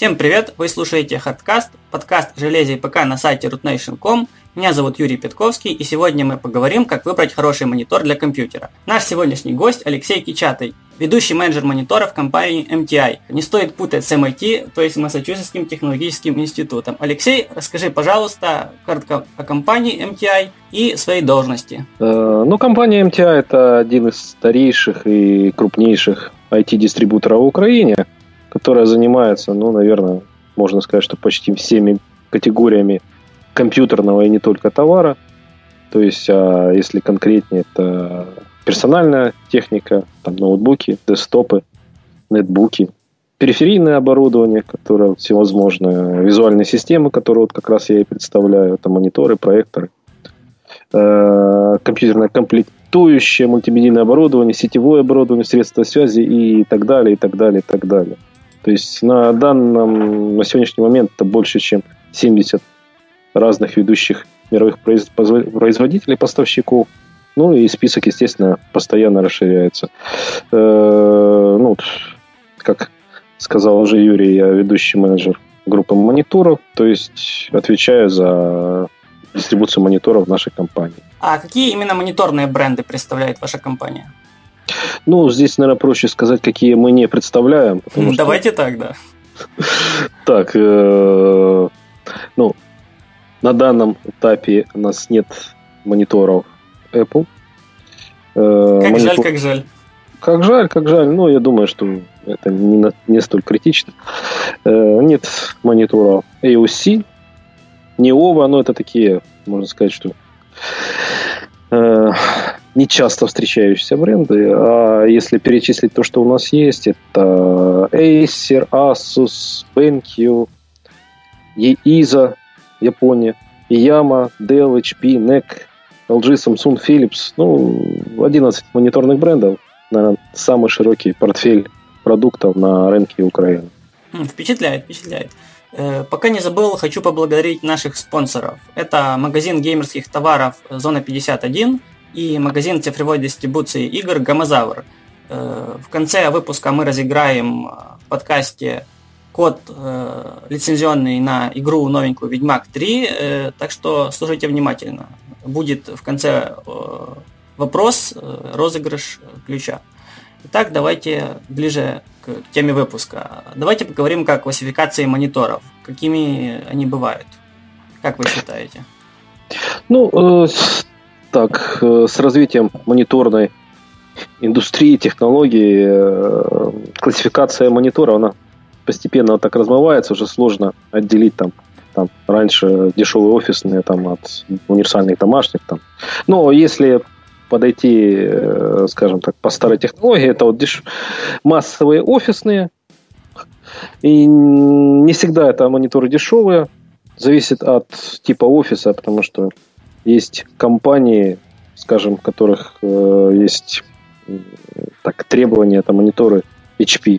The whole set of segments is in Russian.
Всем привет! Вы слушаете Hardcast, подкаст о железе и ПК на сайте rootnation.com. Меня зовут Юрий Петковский, и сегодня мы поговорим, как выбрать хороший монитор для компьютера. Наш сегодняшний гость Алексей Кичатый, ведущий менеджер мониторов компании MTI. Не стоит путать с MIT, то есть Массачусетским технологическим институтом. Алексей, расскажи, пожалуйста, коротко о компании MTI и своей должности. Компания MTI – это один из старейших и крупнейших IT-дистрибьюторов в Украине, которая занимается, наверное, можно сказать, что почти всеми категориями компьютерного и не только товара. То есть, если конкретнее, это персональная техника, там ноутбуки, десктопы, нетбуки, периферийное оборудование, которое всевозможные визуальные системы, которые как раз я и представляю, это мониторы, проекторы, компьютерное комплектующее, мультимедийное оборудование, сетевое оборудование, средства связи и так далее, и так далее, и так далее. То есть на сегодняшний момент это больше, чем 70 разных ведущих мировых производителей, поставщиков. И список, естественно, постоянно расширяется. Как сказал уже Юрий, я ведущий менеджер группы мониторов, то есть отвечаю за дистрибуцию мониторов в нашей компании. А какие именно мониторные бренды представляет ваша компания? Здесь, наверное, проще сказать, какие мы не представляем. Давайте так, да. Так, на данном этапе у нас нет мониторов Apple. Как жаль. Как жаль. Я думаю, что это не столь критично. Нет мониторов AOC, Neova, но это такие, можно сказать, что не часто встречающиеся бренды. А если перечислить то, что у нас есть, это Acer, Asus, BenQ, Eiza, Япония, Yamaha, Dell, HP, NEC, LG, Samsung, Philips. 11 мониторных брендов. Наверное, самый широкий портфель продуктов на рынке Украины. Впечатляет. Пока не забыл, хочу поблагодарить наших спонсоров. Это магазин геймерских товаров «Зона 51» и магазин цифровой дистрибуции игр «Гамозавр». В конце выпуска мы разыграем в подкасте код лицензионный на игру новенькую «Ведьмак 3», так что слушайте внимательно. Будет в конце вопрос, розыгрыш ключа. Итак, давайте ближе к теме выпуска. Давайте поговорим о классификации мониторов. Какими они бывают? Как вы считаете? С развитием мониторной индустрии, технологий, классификация монитора, она постепенно так размывается, уже сложно отделить там раньше дешевые офисные от универсальных домашних. Но если подойти, скажем так, по старой технологии, это массовые офисные, и не всегда это мониторы дешевые, зависит от типа офиса, потому что есть компании, скажем, у которых есть требования, это мониторы HP.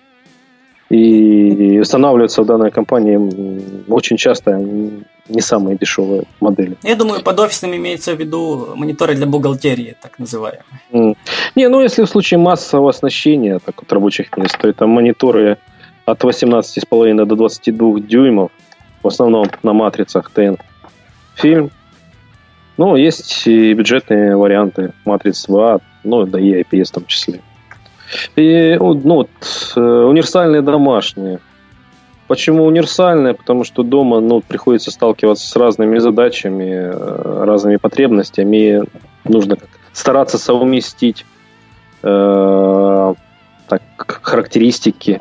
И устанавливаются в данной компании очень часто не самые дешевые модели. Я думаю, под офисным имеется в виду мониторы для бухгалтерии, так называемые. Если в случае массового оснащения рабочих мест, то это мониторы от 18,5 до 22 дюймов, в основном на матрицах TN фильм. Есть и бюджетные варианты матриц VA, да и IPS в том числе. И универсальные домашние. Почему универсальные? Потому что дома приходится сталкиваться с разными задачами, разными потребностями. И нужно стараться совместить характеристики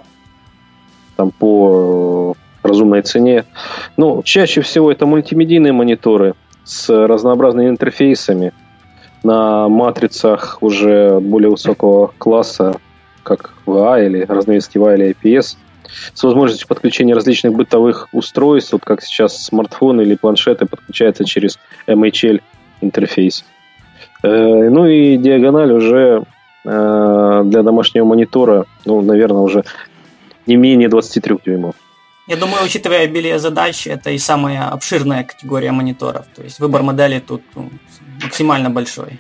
по разумной цене. Чаще всего это мультимедийные мониторы с разнообразными интерфейсами на матрицах уже более высокого класса, как VA или разновидности VA или IPS, с возможностью подключения различных бытовых устройств, как сейчас смартфоны или планшеты подключаются через MHL интерфейс. И диагональ уже для домашнего монитора, наверное, уже не менее 23 дюймов. Я думаю, учитывая обилие задач, это и самая обширная категория мониторов. То есть выбор моделей тут максимально большой.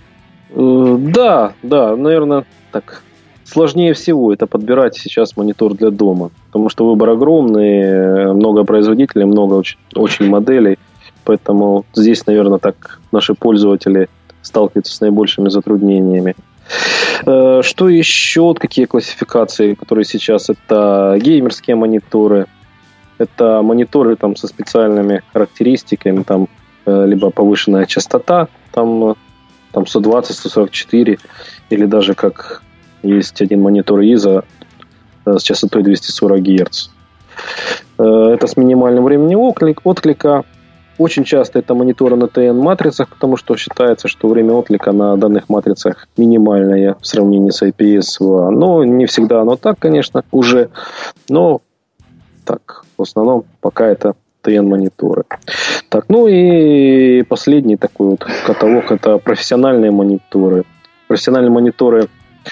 Да, наверное, сложнее всего это подбирать сейчас монитор для дома. потому что выбор огромный, много производителей, много очень моделей, поэтому здесь, наверное, так наши пользователи сталкиваются с наибольшими затруднениями. Что еще? Какие классификации, которые сейчас? Это геймерские мониторы, это мониторы там со специальными характеристиками, там либо повышенная частота, там 120, 144, или даже как есть один монитор ISO с частотой 240 Гц. Это с минимальным временем отклика. Очень часто это мониторы на TN-матрицах, потому что считается, что время отклика на данных матрицах минимальное в сравнении с IPS. Но не всегда оно так, конечно, уже. Но так, в основном пока это TN-мониторы. Так, ну и последний такой вот каталог – это профессиональные мониторы. Профессиональные мониторы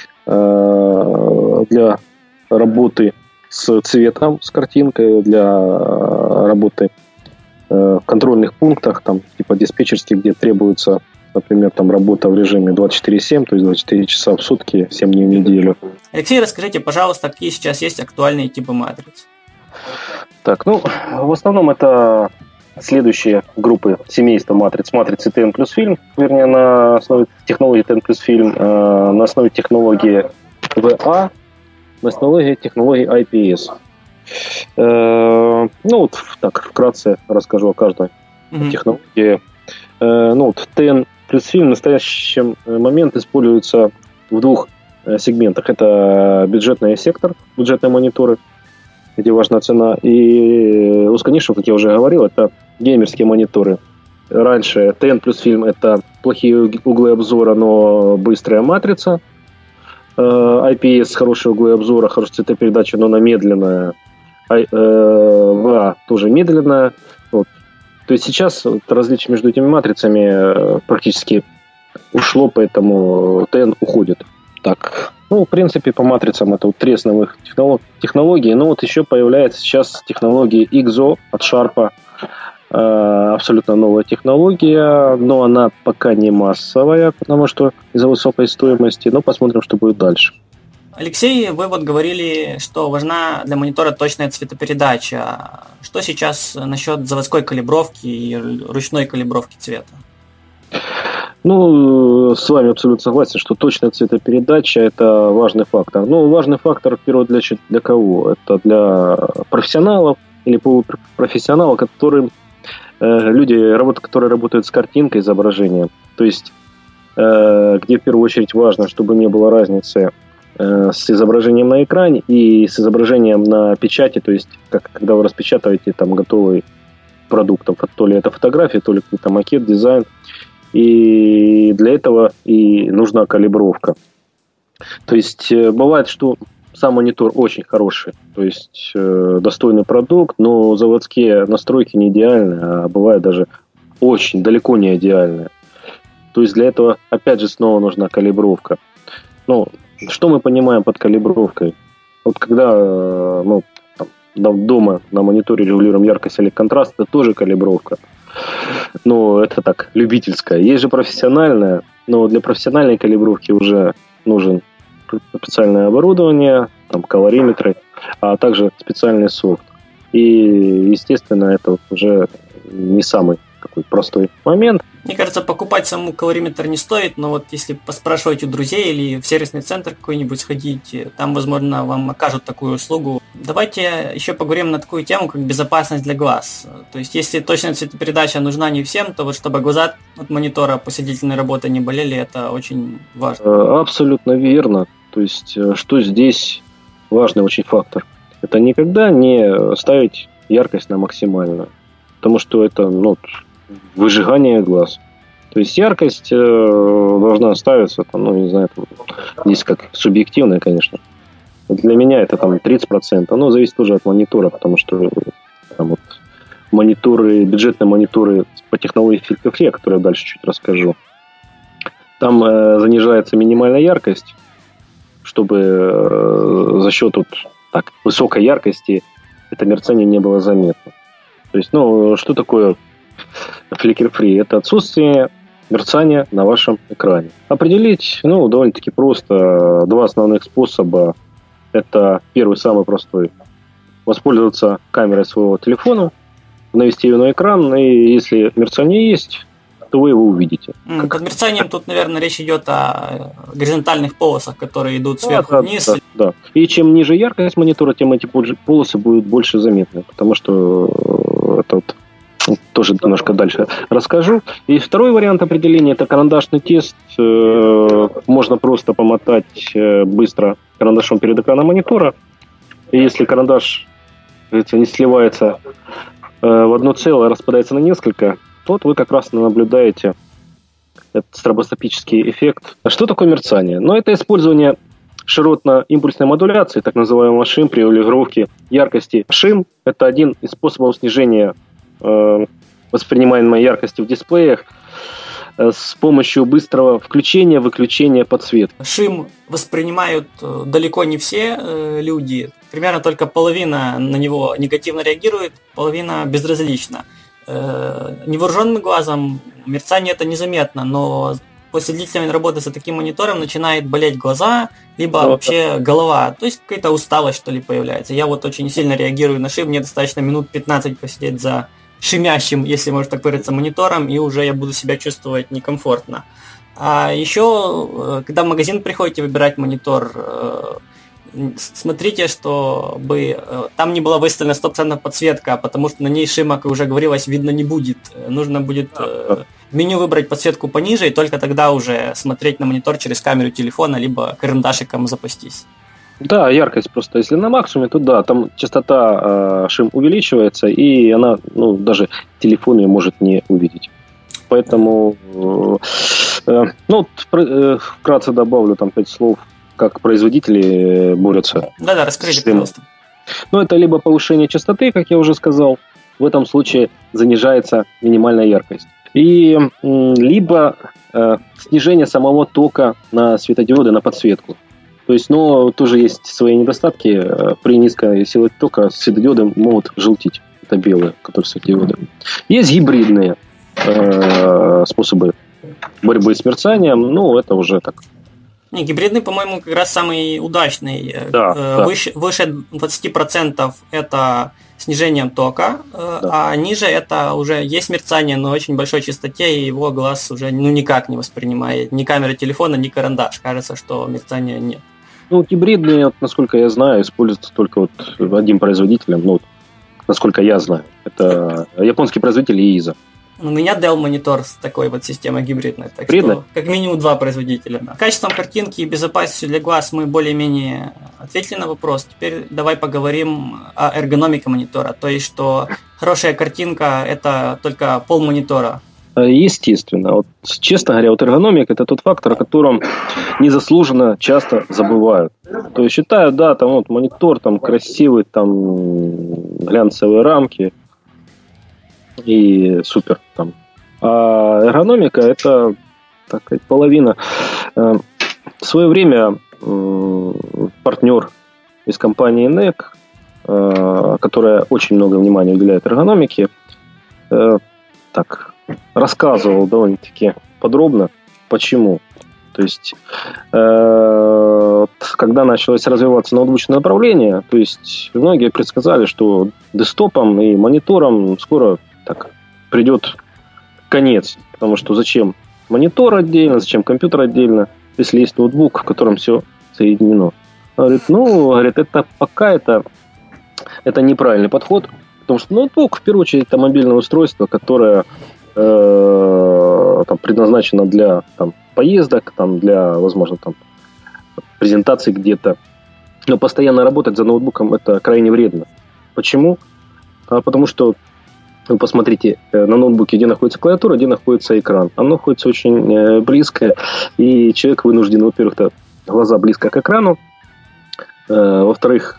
для работы с цветом, с картинкой, для работы в контрольных пунктах, там, типа диспетчерских, где требуется, например, там работа в режиме 24/7, то есть 24 часа в сутки, 7 дней в неделю. Алексей, расскажите, пожалуйста, какие сейчас есть актуальные типы матриц? Так, ну, в основном это следующие группы семейства матриц. Матрицы TN плюс фильм, вернее, на основе технологии TN плюс фильм, на основе технологии VA, на основе технологии IPS. Ну, вот так, вкратце расскажу о каждой технологии. Ну, вот TN плюс фильм в настоящий момент используется в двух сегментах. Это бюджетный сектор, бюджетные мониторы, где важна цена, и узконишевые, как я уже говорил, это геймерские мониторы. Раньше TN плюс фильм – это плохие углы обзора, но быстрая матрица. IPS – хорошие углы обзора, хорошая цветопередача, но она медленная. VA тоже медленная. Вот. То есть сейчас различие между этими матрицами практически ушло, поэтому TN уходит. Так, ну, в принципе, по матрицам это вот три основных технологии. Но вот еще появляется сейчас технология XO от Sharp. Абсолютно новая технология, но она пока не массовая, потому что из-за высокой стоимости. Но посмотрим, что будет дальше. Алексей, вы вот говорили, что важна для монитора точная цветопередача. Что сейчас насчет заводской калибровки и ручной калибровки цвета? Ну, с вами абсолютно согласен, что точная цветопередача – это важный фактор. Ну, важный фактор, впервые, для кого? Это для профессионалов или полупрофессионалов, которые работают с картинкой, изображением. То есть, где в первую очередь важно, чтобы не было разницы с изображением на экране и с изображением на печати, то есть, когда вы распечатываете там готовый продукт, то ли это фотография, то ли какой-то макет, дизайн. И для этого и нужна калибровка. То есть бывает, что сам монитор очень хороший, то есть достойный продукт, но заводские настройки не идеальны, а бывает даже очень далеко не идеальные. То есть для этого опять же снова нужна калибровка. Ну, что мы понимаем под калибровкой? Вот когда мы дома на мониторе регулируем яркость или контраст, это тоже калибровка. Но это так, любительская. Есть же профессиональная, но для профессиональной калибровки уже нужен специальное оборудование, там колориметры, а также специальный софт. И, естественно, это уже не самый такой простой момент. Мне кажется, покупать саму калориметр не стоит, но вот если поспрашивать у друзей или в сервисный центр какой-нибудь сходить, там, возможно, вам окажут такую услугу. Давайте еще поговорим на такую тему, как безопасность для глаз. То есть, если точная цветопередача нужна не всем, то вот чтобы глаза от монитора после длительной работы не болели, это очень важно. Абсолютно верно. То есть, что здесь важный очень фактор? Это никогда не ставить яркость на максимальную, потому что это, выжигание глаз. То есть яркость должна ставиться, не знаю, здесь как субъективная, конечно. Для меня это 30%. Оно зависит тоже от монитора, потому что бюджетные мониторы по технологии Filter Free, о которой я дальше чуть расскажу, там занижается минимальная яркость, чтобы за счет высокой яркости это мерцание не было заметно. То есть, что такое Flicker Free? Это отсутствие мерцания на вашем экране. Определить, довольно-таки просто. Два основных способа. Это первый, самый простой. воспользоваться камерой своего телефона, навести ее на экран, и если мерцание есть, то вы его увидите. Под мерцанием тут, наверное, речь идет о горизонтальных полосах, которые идут сверху вниз. Да. И чем ниже яркость монитора, тем эти полосы будут больше заметны, потому что это тоже немножко дальше расскажу. И второй вариант определения – это карандашный тест. Можно просто помотать быстро карандашом перед экраном монитора. И если карандаш не сливается в одно целое, распадается на несколько, то вы как раз наблюдаете этот стробоскопический эффект. А что такое мерцание? Это использование широтно-импульсной модуляции, так называемого шим, при регулировке яркости. Шим – это один из способов снижения воспринимаемой яркости в дисплеях с помощью быстрого включения-выключения подсветки. Шим воспринимают далеко не все люди. Примерно только половина на него негативно реагирует, половина безразлична. Невооруженным глазом мерцание это незаметно, но после длительной работы с таким монитором начинает болеть глаза, либо вообще голова. То есть какая-то усталость, что ли, появляется. Я очень сильно реагирую на шим, мне достаточно минут 15 посидеть за шумящим, если можно так выразиться, монитором, и уже я буду себя чувствовать некомфортно. А еще, когда в магазин приходите выбирать монитор, смотрите, чтобы там не была выставлена 100% подсветка, потому что на ней шима, как уже говорилось, видно не будет. Нужно будет в меню выбрать подсветку пониже, и только тогда уже смотреть на монитор через камеру телефона, либо карандашиком запастись. Да, яркость просто. Если на максимуме, то да, там частота шим увеличивается, и она, даже телефон ее может не увидеть. Поэтому, вкратце добавлю 5 слов, как производители борются. Да, расскажите, пожалуйста. Это либо повышение частоты, как я уже сказал, в этом случае занижается минимальная яркость. И либо снижение самого тока на светодиоды, на подсветку. То есть, тоже есть свои недостатки. При низкой силе тока светодиоды могут желтить. Это белые, которые светодиоды. Есть гибридные способы борьбы с мерцанием. Это уже так. Гибридный, по-моему, как раз самый удачный. Да. Выше 20% это снижением тока, а ниже это уже есть мерцание, но очень большой частоте, и его глаз уже никак не воспринимает. Ни камера телефона, ни карандаш. Кажется, что мерцания нет. Гибридные, насколько я знаю, используются только одним производителем, насколько я знаю. Это японский производитель Iiza. У меня Dell монитор с такой системой гибридной, так что как минимум 2 производителя. Да. Качеством картинки и безопасностью для глаз мы более-менее ответили на вопрос. Теперь давай поговорим о эргономике монитора, то есть что хорошая картинка – это только пол монитора. Естественно. Честно говоря, эргономика – это тот фактор, о котором незаслуженно часто забывают. То есть считают, монитор красивый, глянцевые рамки и супер там. А эргономика – это, так сказать, половина. В свое время партнер из компании NEC, которая очень много внимания уделяет эргономике, рассказывал довольно-таки подробно, почему. То есть, когда началось развиваться ноутбучное направление, то есть многие предсказали, что десктопам и мониторам скоро придет конец. Потому что зачем монитор отдельно, зачем компьютер отдельно, если есть ноутбук, в котором все соединено. Говорит, это пока это неправильный подход, потому что ноутбук, в первую очередь, это мобильное устройство, которое предназначено для поездок, для, возможно, презентаций где-то. Но постоянно работать за ноутбуком это крайне вредно. Почему? Потому что вы посмотрите на ноутбуке, где находится клавиатура, где находится экран. Оно находится очень близко, и человек вынужден, во-первых, глаза близко к экрану, во-вторых,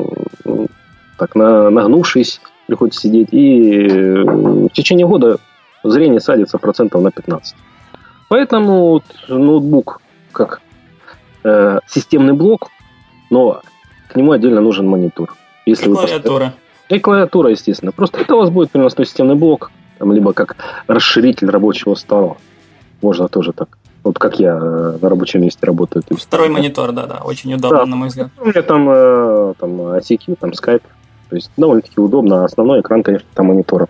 нагнувшись, приходится сидеть, и в течение года зрение садится процентов на 15. Поэтому ноутбук как системный блок, но к нему отдельно нужен монитор. Если клавиатура. И клавиатура, естественно. Просто это у вас будет переносной системный блок, либо как расширитель рабочего стола. Можно тоже так. Как я на рабочем месте работаю. То есть, второй монитор, да, очень удобно, на мой взгляд. У меня там ICQ, Skype То есть довольно-таки удобно. Основной экран, конечно, там монитора.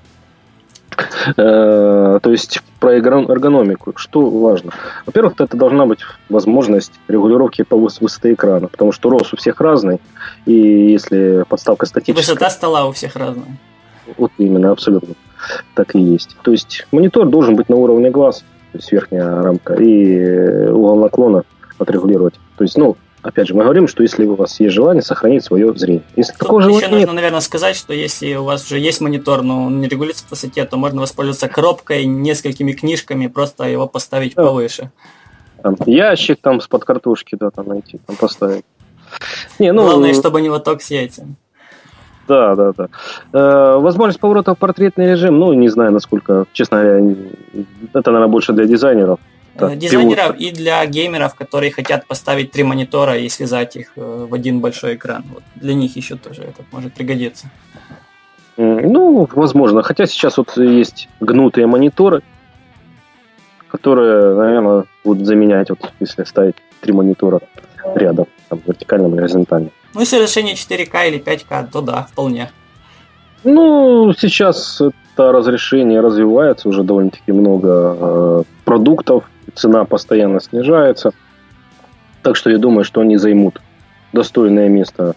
То есть про эргономику. Что важно? Во-первых, это должна быть возможность регулировки по высоты экрана, потому что рост у всех разный, и если подставка статическая... Высота стола у всех разная. Вот именно, абсолютно. Так и есть. То есть монитор должен быть на уровне глаз, то есть верхняя рамка, и угол наклона отрегулировать. То есть, опять же, мы говорим, что если у вас есть желание сохранить свое зрение. Если такого желания еще нужно, наверное, сказать, что если у вас уже есть монитор, но он не регулируется по высоте, то можно воспользоваться коробкой, несколькими книжками, просто его поставить повыше. Там ящик там с-под картошки, да, там найти, там поставить. Главное, чтобы не лоток с яйцами. Да. Возможность поворота в портретный режим, не знаю, насколько, честно говоря, это, наверное, больше для дизайнеров. Дизайнеров и для геймеров, которые хотят поставить 3 монитора и связать их в один большой экран. Вот для них еще тоже это может пригодиться. Возможно. Хотя сейчас вот есть гнутые мониторы, которые, наверное, будут заменять, если ставить 3 монитора рядом, там, вертикально и горизонтально. Если разрешение 4К или 5К, то да, вполне. Сейчас это разрешение развивается, уже довольно-таки много продуктов, цена постоянно снижается. Так что я думаю, что они займут достойное место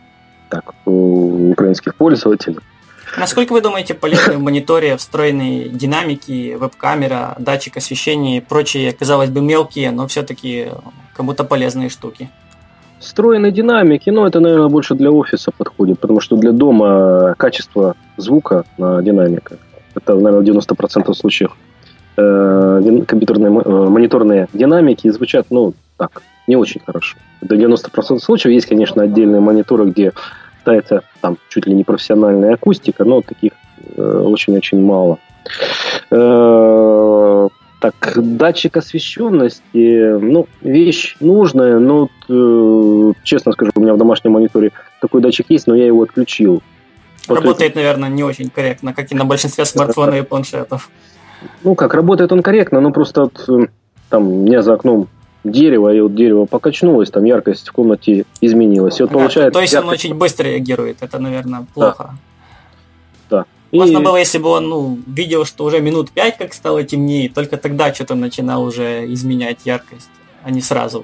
у украинских пользователей. Насколько вы думаете, полезны в мониторе встроенные динамики, веб-камера, датчик освещения и прочие, казалось бы, мелкие, но все-таки кому-то полезные штуки? Встроенные динамики, это, наверное, больше для офиса подходит, потому что для дома качество звука на динамиках, это, наверное, в 90% случаев компьютерные мониторные динамики звучат, не очень хорошо. До 90% случаев есть, конечно, отдельные мониторы, где ставится там чуть ли не профессиональная акустика, но таких очень-очень мало. Датчик освещенности, вещь нужная, но, честно скажу, у меня в домашнем мониторе такой датчик есть, но я его отключил. Работает, наверное, не очень корректно, как и на большинстве смартфонов и планшетов. Работает он корректно, но просто там у меня за окном дерево, и дерево покачнулось, там яркость в комнате изменилась. И получается, то есть он очень быстро реагирует, это, наверное, плохо. Да. Можно было, если бы он видел, что уже минут 5 как стало темнее, только тогда что-то начинал уже изменять яркость, а не сразу.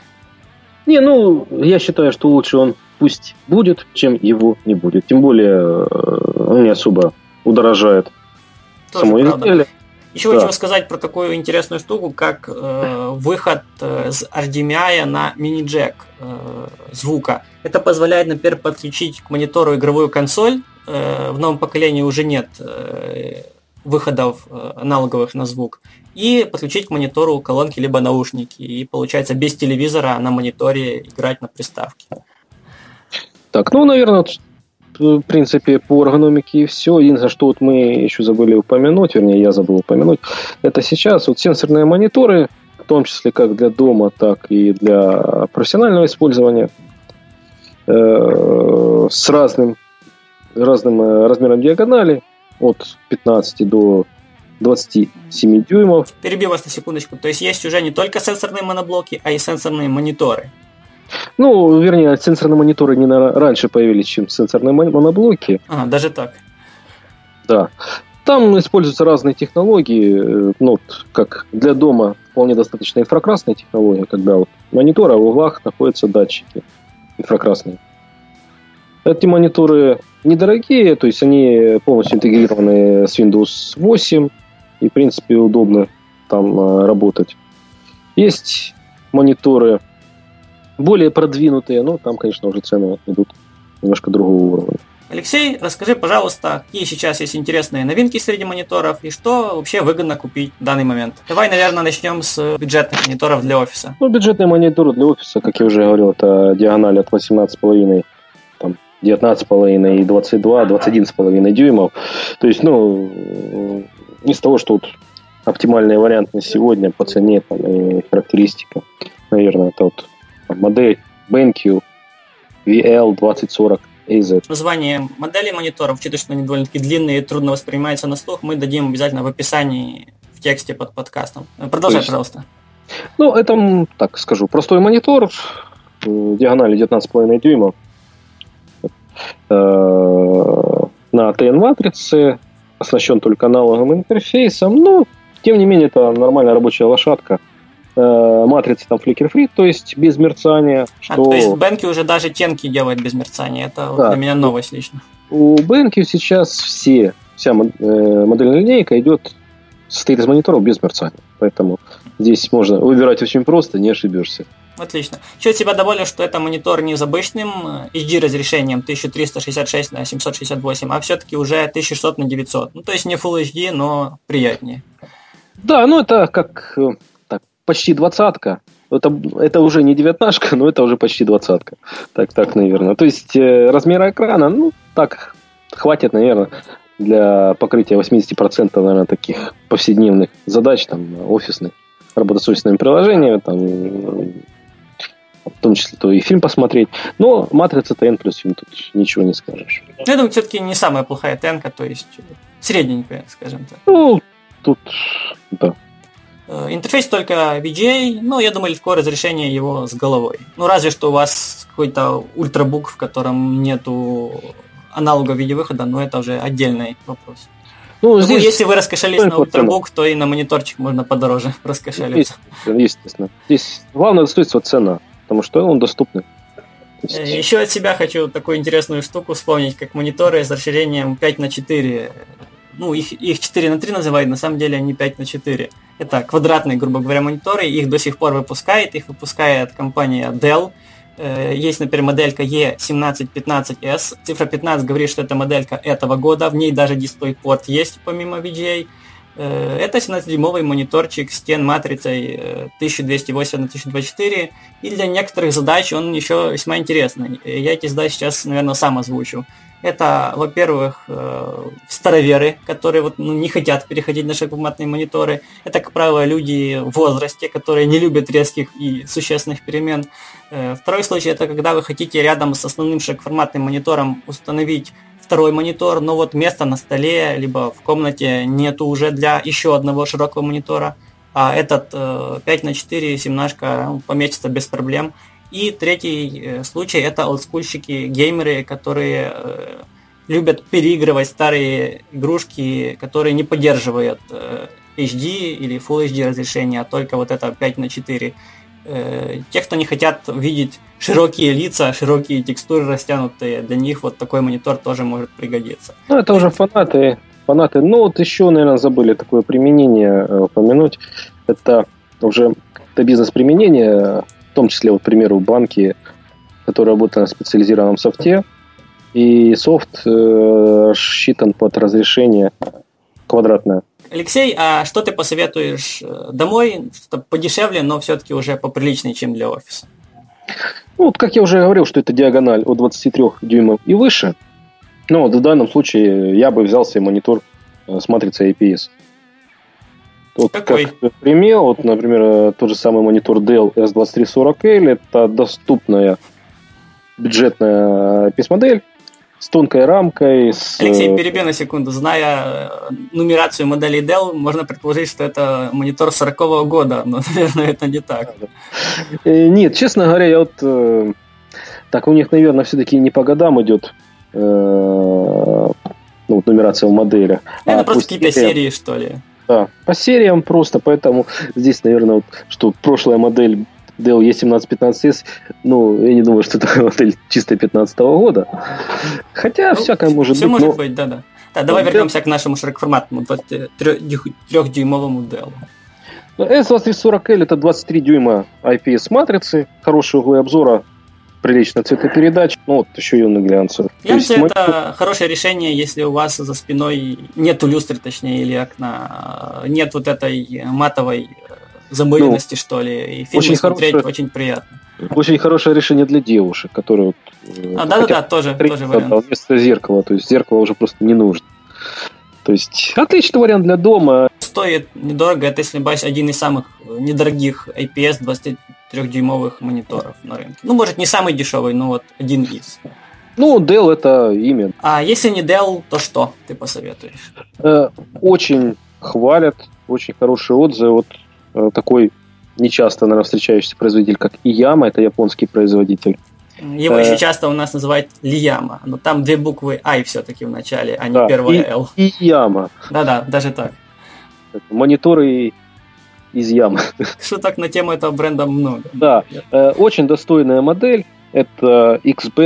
Я считаю, что лучше он пусть будет, чем его не будет. Тем более он не особо удорожает само изделие. Еще хочу сказать про такую интересную штуку, как выход с HDMI на мини-джек звука. Это позволяет, например, подключить к монитору игровую консоль. В новом поколении уже нет выходов аналоговых на звук. И подключить к монитору колонки либо наушники. И получается без телевизора на мониторе играть на приставке. Наверное, в принципе, по эргономике и все. Единственное, что мы еще забыли упомянуть, вернее, я забыл упомянуть, это сейчас сенсорные мониторы, в том числе как для дома, так и для профессионального использования, с разным размером диагонали, от 15 до 27 дюймов. Перебью вас на секундочку. То есть уже не только сенсорные моноблоки, а и сенсорные мониторы. Вернее, сенсорные мониторы не раньше появились, чем сенсорные моноблоки. Даже так. Да. Там используются разные технологии. Как для дома вполне достаточно инфракрасная технология, когда монитора в углах находятся датчики инфракрасные. Эти мониторы недорогие, то есть они полностью интегрированы с Windows 8 и, в принципе, удобно там работать. Есть мониторы более продвинутые, но там, конечно, уже цены идут немножко другого уровня. Алексей, расскажи, пожалуйста, какие сейчас есть интересные новинки среди мониторов и что вообще выгодно купить в данный момент. Давай, наверное, начнем с бюджетных мониторов для офиса. Бюджетные мониторы для офиса, как я уже говорил, это диагональ от 18,5, 19,5 и 21,5 дюймов. То есть, из того, что оптимальный вариант на сегодня по цене и характеристикам, наверное, это модель BenQ VL2040 AZ. Название моделей мониторов, учитывая, что они довольно-таки длинные и трудно воспринимаются на слух, мы дадим обязательно в описании, в тексте под подкастом. Продолжай, пожалуйста. Это, так скажу, простой монитор, диагональю 19,5 дюймов. на TN-матрице, оснащен только аналоговым интерфейсом, но, тем не менее, это нормальная рабочая лошадка. Матрица там flicker-free, то есть без мерцания. То есть Бенки уже даже тенки делает без мерцания. Это да. Для меня новость лично. У Бенки сейчас вся модельная линейка состоит из мониторов без мерцания. Поэтому здесь можно выбирать очень просто, не ошибешься. Отлично. Еще тебя доволен, что это монитор не с обычным HD разрешением 1366 на 768, а все-таки уже 1600 на 900. Ну, то есть не Full HD, но приятнее. Да, ну это как почти 20-ка. Это уже не 19-шка, но это уже почти 20-ка. Так, наверное. То есть размера экрана, ну, так, хватит, наверное, для покрытия 80%, наверное, таких повседневных задач, там, офисных, работа с офисными приложениями, там, в том числе то и фильм посмотреть. Но матрица TN плюс фильм, тут ничего не скажешь. Я думаю, все-таки не самая плохая TN-ка, то есть средненькая, скажем так. Ну, тут, да. Интерфейс только VGA, но я думаю, легко разрешение его с головой. Ну, разве что у вас какой-то ультрабук, в котором нету аналога в виде выхода, но это уже отдельный вопрос. Ну, здесь если вы раскошелились на ультрабук, то и на мониторчик можно подороже раскошелиться. Естественно. Здесь главное достоинство цена, потому что он доступный. Еще от себя хочу такую интересную штуку вспомнить, как мониторы с расширением 5:4. Ну, их 4:3 называют, на самом деле они 5:4. Это квадратные, грубо говоря, мониторы, их до сих пор их выпускает компания Dell. Есть, например, моделька E1715S. Цифра 15 говорит, что это моделька этого года, в ней даже DisplayPort есть, помимо VGA. Это 17-дюймовый мониторчик с TN-матрицей 1280 на 1024, и для некоторых задач он еще весьма интересный. Я эти задачи сейчас, наверное, сам озвучу. Это, во-первых, староверы, которые не хотят переходить на широкоформатные мониторы. Это, как правило, люди в возрасте, которые не любят резких и существенных перемен. Второй случай – это когда вы хотите рядом с основным широкоформатным монитором установить второй монитор, но вот места на столе либо в комнате нету уже для еще одного широкого монитора, а этот 5:4 17 поместится без проблем. И третий случай – это олдскульщики, геймеры, которые любят переигрывать старые игрушки, которые не поддерживают HD или Full HD разрешение, а только вот это 5:4. Те, кто не хотят видеть широкие лица, широкие текстуры растянутые, для них вот такой монитор тоже может пригодиться. Ну, это уже фанаты. Ну, вот еще, наверное, забыли такое применение упомянуть. Это уже бизнес-применение, в том числе, вот, к примеру, банки, которые работают на специализированном софте, и софт рассчитан под разрешение квадратное. Алексей, а что ты посоветуешь домой? Что-то подешевле, но все-таки уже поприличнее, чем для офиса. Ну, вот как я уже говорил, что это диагональ от 23 дюймов и выше. Но вот в данном случае я бы взял себе монитор с матрицей IPS. Вот какой? Как пример, вот, например, тот же самый монитор Dell S2340L. Это доступная бюджетная IPS-модель с тонкой рамкой. Алексей, перебью на секунду. Зная нумерацию моделей Dell, можно предположить, что это монитор 40-го года, но, наверное, это не так. Нет, честно говоря, я вот... Так, у них, наверное, все-таки не по годам идет нумерация в моделях. Это просто какие-то серии, что ли. Да, по сериям просто, поэтому здесь, наверное, вот, что прошлая модель Dell E1715S, я не думаю, что это модель чисто 15-го года. Хотя всякое может все быть. Все может быть, да. Давай вернемся к нашему широкоформатному 3-дюймовому Dell. S2340L это 23 дюйма IPS матрицы, хорошие углы обзора, приличная цветопередача, еще юный глянцевый. Глянцы – это хорошее решение, если у вас за спиной нету люстры, точнее, или окна, нет вот этой матовой замыленности, что ли, и фильмы смотреть очень приятно. Очень хорошее решение для девушек, которые... тоже вариант. Вместо зеркала, то есть зеркало уже просто не нужно. То есть отличный вариант для дома. Стоит недорого, это, если не ошибаюсь, один из самых недорогих IPS 23-дюймовых мониторов на рынке. Может, не самый дешевый, но вот один из. Dell это имя. А если не Dell, то что ты посоветуешь? Очень хвалят, очень хорошие отзывы. Вот такой нечасто, наверное, встречающийся производитель, как Ияма, это японский производитель. Его еще часто у нас называют Лияма, но там 2 буквы I все-таки в начале, а не первая L. И Яма. Да-да, даже так. Мониторы из ямы. Шуток на тему этого бренда много. Да, очень достойная модель. Это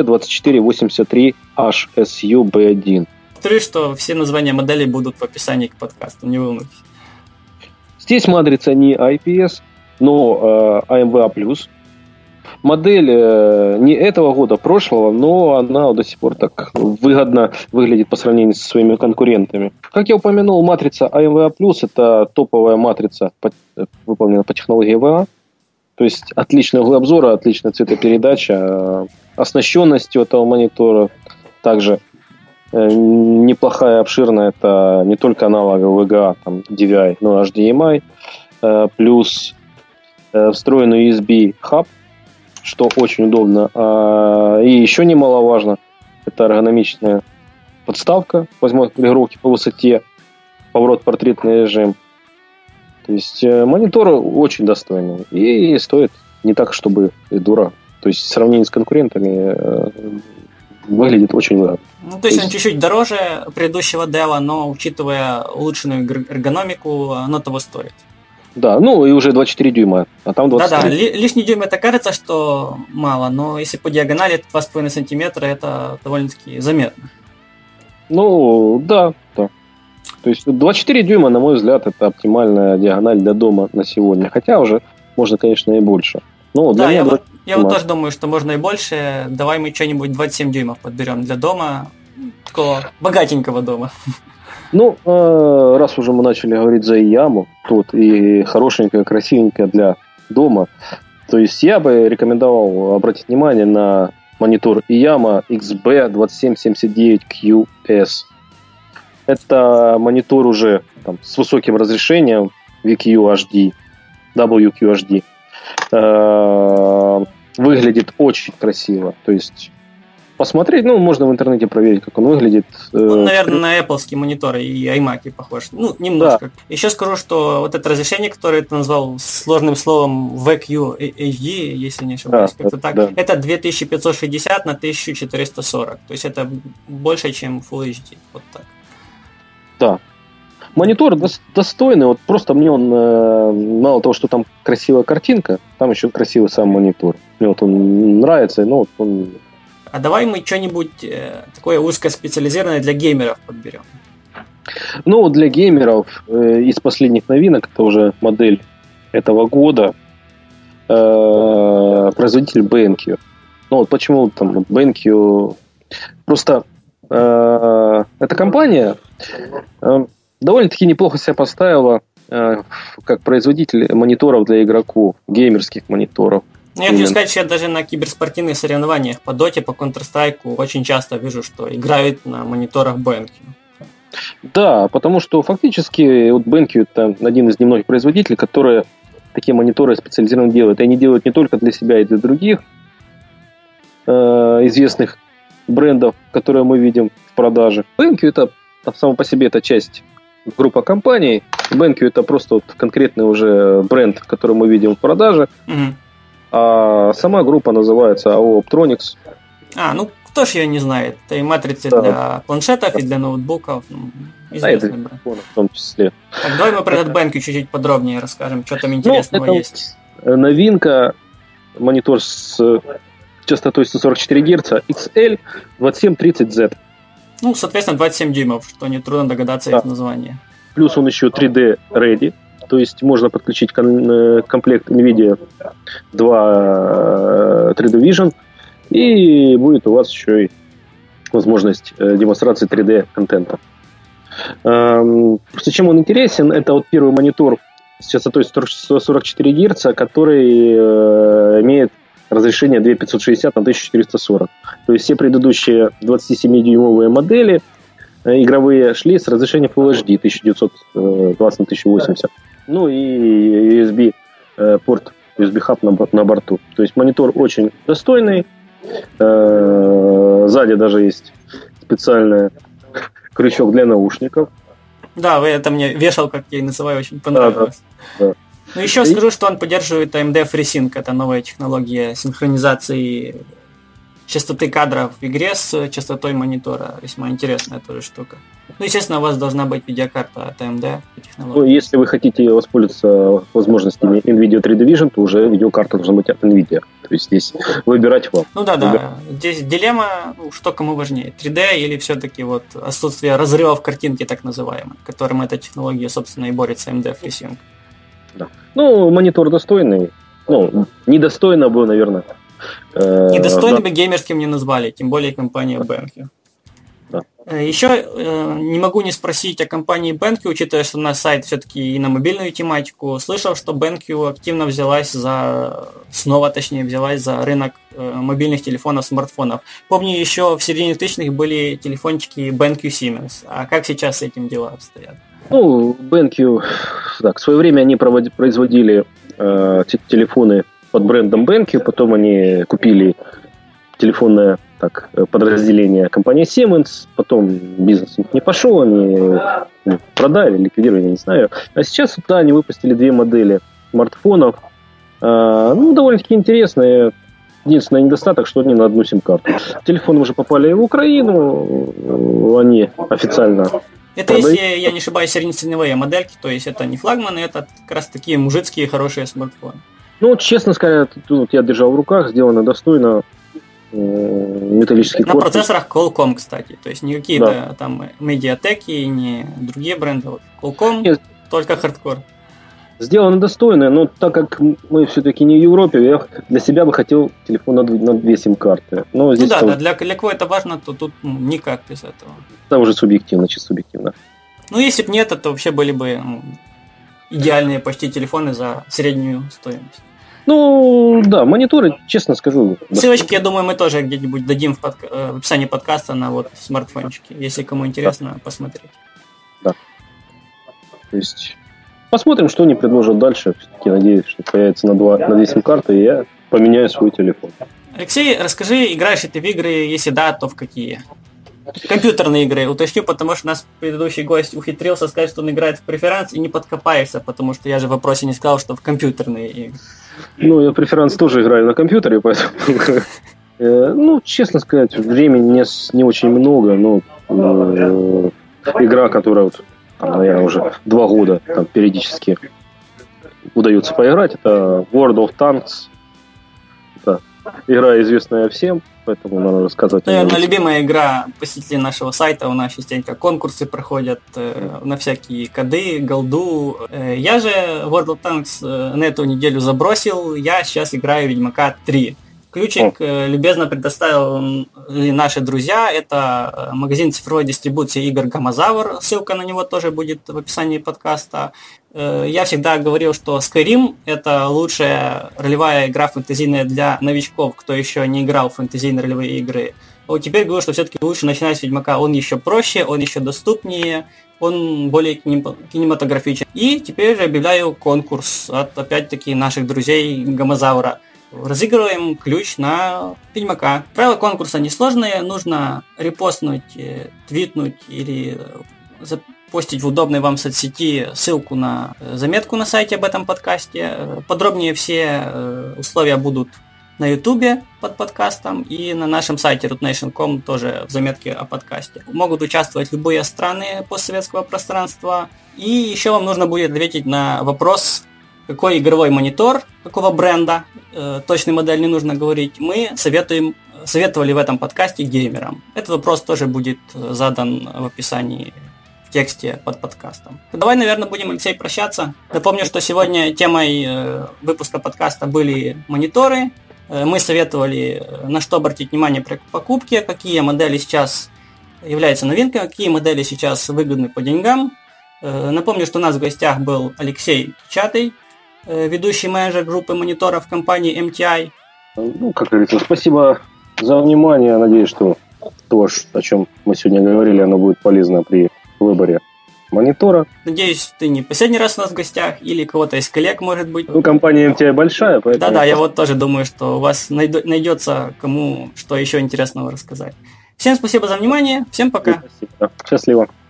XB2483 HSU-B1. Повторюсь, что все названия моделей будут в описании к подкасту, не волнуйтесь. Здесь матрица не IPS, но AMVA+. Модель не этого года, прошлого, но она до сих пор так выгодно выглядит по сравнению со своими конкурентами. Как я упомянул, матрица AMVA+, это топовая матрица, выполнена по технологии EVA. То есть отличный угол обзора, отличная цветопередача, оснащенность этого монитора также неплохая, обширная. Это не только аналоговый VGA, там, DVI, но и HDMI, плюс встроенный USB хаб, что очень удобно. И еще немаловажно, это эргономичная подставка, возможность регулировки по высоте, поворот портретный режим. То есть монитор очень достойный и стоит не так, чтобы и дорого. То есть в сравнении с конкурентами выглядит очень выгодно. Ну, то есть он чуть-чуть дороже предыдущего Dell, но учитывая улучшенную эргономику, оно того стоит. Да, ну и уже 24 дюйма, а там 23. Да-да, лишний дюйм это кажется, что мало, но если по диагонали 2,5 сантиметра, это довольно-таки заметно. Ну, да. То есть 24 дюйма, на мой взгляд, это оптимальная диагональ для дома на сегодня. Хотя уже можно, конечно, и больше. Но для да, меня я вот тоже думаю, что можно и больше. Давай мы что-нибудь 27 дюймов подберем для дома, такого богатенького дома. Ну, раз уже мы начали говорить за Яму, тут и хорошенькая, красивенькая для дома, то есть я бы рекомендовал обратить внимание на монитор Iyama XB2779QS. Это монитор уже там, с высоким разрешением VQHD, WQHD. Выглядит очень красиво. То есть посмотреть, ну, можно в интернете проверить, как он выглядит. Он, наверное, на Apple-ские мониторы и iMac похож. Ну, немножко. Да. Еще скажу, что вот это разрешение, которое ты назвал сложным словом VQHD, если не ошибаюсь, да, как-то так, да. Это 2560 на 1440. То есть это больше, чем Full HD. Вот так. Да. Монитор достойный, вот просто мне он, мало того, что там красивая картинка, там еще красивый сам монитор. Мне вот он нравится, но вот он... А давай мы что-нибудь такое узкоспециализированное для геймеров подберем. Ну, для геймеров из последних новинок, это уже модель этого года, производитель BenQ. Ну, вот почему там BenQ... Просто эта компания... довольно-таки неплохо себя поставила как производитель мониторов для игроков, геймерских мониторов. Я хочу сказать, что я даже на киберспортивных соревнованиях по Доте, по Counter-Strike очень часто вижу, что играют на мониторах BenQ. Да, потому что фактически вот BenQ это один из немногих производителей, которые такие мониторы специализированно делают. И они делают не только для себя и для других известных брендов, которые мы видим в продаже. BenQ это само по себе это часть группа компаний. BenQ это просто вот конкретный уже бренд, который мы видим в продаже. Угу. А сама группа называется AO Optronics. Ну кто ж ее не знает? Это и матрицы для планшетов, и для ноутбуков. Известный бренд. В том числе. Так, давай мы про этот BenQ чуть-чуть подробнее расскажем, что там интересного есть. Новинка, монитор с частотой 144 Гц, XL2730Z. Ну, соответственно, 27 дюймов, что нетрудно догадаться из названия. Плюс он еще 3D ready, то есть можно подключить комплект NVIDIA 2 3D Vision, и будет у вас еще и возможность демонстрации 3D контента. Просто чем он интересен, это вот первый монитор с частотой 144 Гц, который имеет разрешение 2560 на 1440. То есть все предыдущие 27-дюймовые модели игровые шли с разрешением Full HD 1920 на 1080. Ну и USB порт, USB хаб на борту. То есть монитор очень достойный. Сзади даже есть специальный крючок для наушников. Да, это мне вешал, как я и называю, очень понравилось. Да. Ну, еще скажу, что он поддерживает AMD FreeSync. Это новая технология синхронизации частоты кадров в игре с частотой монитора. Весьма интересная тоже штука. Ну, естественно, у вас должна быть видеокарта от AMD технологии. Ну, если вы хотите воспользоваться возможностями NVIDIA 3D Vision, то уже видеокарта должна быть от NVIDIA. То есть здесь выбирать вам. Ну да. Здесь дилемма, что кому важнее, 3D или все-таки вот отсутствие разрывов картинки, так называемой, которым эта технология, собственно, и борется AMD FreeSync. Да. Ну, монитор достойный. Ну, недостойно было, наверное. Недостойно бы геймерским не назвали, тем более компания BenQ. Да. Еще не могу не спросить о компании BenQ, учитывая, что у нас сайт все-таки и на мобильную тематику. Слышал, что BenQ активно взялась за рынок мобильных телефонов, смартфонов. Помню, еще в середине 2000-х были телефончики BenQ Siemens. А как сейчас с этим дела обстоят? Ну, BenQ, так, в свое время они производили телефоны под брендом BenQ, потом они купили телефонное подразделение компании Siemens, потом бизнес у них не пошел, они продали, ликвидировали, не знаю. А сейчас, да, они выпустили 2 модели смартфонов, довольно-таки интересные. Единственный недостаток, что они на одну сим-карту. Телефоны уже попали в Украину, они официально... Это, если я не ошибаюсь, среднеценовые модельки, то есть это не флагманы, это как раз такие мужицкие хорошие смартфоны. Ну, честно сказать, тут я держал в руках, сделано достойно, металлический корпус. На процессорах Qualcomm, кстати, то есть не какие-то там Mediatek, не другие бренды. Вот Qualcomm, нет, только хардкор. Сделано достойно, но так как мы все-таки не в Европе, я для себя бы хотел телефон на 2 сим-карты. Но здесь для кого это важно, то тут никак без этого. Это уже субъективно, чисто субъективно. Ну, если бы нет, то вообще были бы идеальные почти телефоны за среднюю стоимость. Ну, да, мониторы, честно скажу. Ссылочки, я думаю, мы тоже где-нибудь дадим в описании подкаста на вот смартфончики, если кому интересно посмотреть. Да. То есть... Посмотрим, что они предложат дальше. Все-таки надеюсь, что появится на 2 сим-карты, и я поменяю свой телефон. Алексей, расскажи, играешь ли ты в игры? Если да, то в какие? Компьютерные игры. Уточню, потому что наш предыдущий гость ухитрился сказать, что он играет в преферанс, и не подкопаешься, потому что я же в вопросе не сказал, что в компьютерные игры. Ну, я преферанс тоже играю на компьютере, поэтому... Ну, честно сказать, времени не очень много, но игра, которая вот... наверное, уже 2 года там периодически удается поиграть. Это World of Tanks. Это игра, известная всем, поэтому надо рассказывать. Наверное, любимая игра посетителей нашего сайта. У нас частенько конкурсы проходят на всякие коды, голду. Я же World of Tanks на эту неделю забросил. Я сейчас играю в Ведьмака 3. Ключик любезно предоставил наши друзья. Это магазин цифровой дистрибуции игр Гамазавр. Ссылка на него тоже будет в описании подкаста. Я всегда говорил, что Skyrim – это лучшая ролевая игра фэнтезийная для новичков, кто еще не играл в фэнтезийные ролевые игры. Вот теперь говорю, что все-таки лучше начинать с Ведьмака. Он еще проще, он еще доступнее, он более кинематографичен. И теперь объявляю конкурс от, опять-таки, наших друзей Гамазавра. Разыгрываем ключ на Ведьмака. Правила конкурса несложные. Нужно репостнуть, твитнуть или запостить в удобной вам соцсети ссылку на заметку на сайте об этом подкасте. Подробнее все условия будут на Ютубе под подкастом и на нашем сайте rootnation.com тоже в заметке о подкасте. Могут участвовать любые страны постсоветского пространства. И еще вам нужно будет ответить на вопрос, какой игровой монитор, какого бренда, точный модель не нужно говорить, мы советовали в этом подкасте геймерам. Этот вопрос тоже будет задан в описании, в тексте под подкастом. Давай, наверное, будем, Алексей, прощаться. Напомню, что сегодня темой выпуска подкаста были мониторы. Мы советовали, на что обратить внимание при покупке, какие модели сейчас являются новинкой, какие модели сейчас выгодны по деньгам. Напомню, что у нас в гостях был Алексей Чатый, ведущий менеджер группы мониторов компании MTI. Ну, как говорится, спасибо за внимание. Надеюсь, что то, о чем мы сегодня говорили, оно будет полезно при выборе монитора. Надеюсь, ты не последний раз у нас в гостях, или кого-то из коллег, может быть. Ну, компания MTI большая, поэтому... Да-да, я вот тоже думаю, что у вас найдется кому что еще интересного рассказать. Всем спасибо за внимание, всем пока. Спасибо. Счастливо.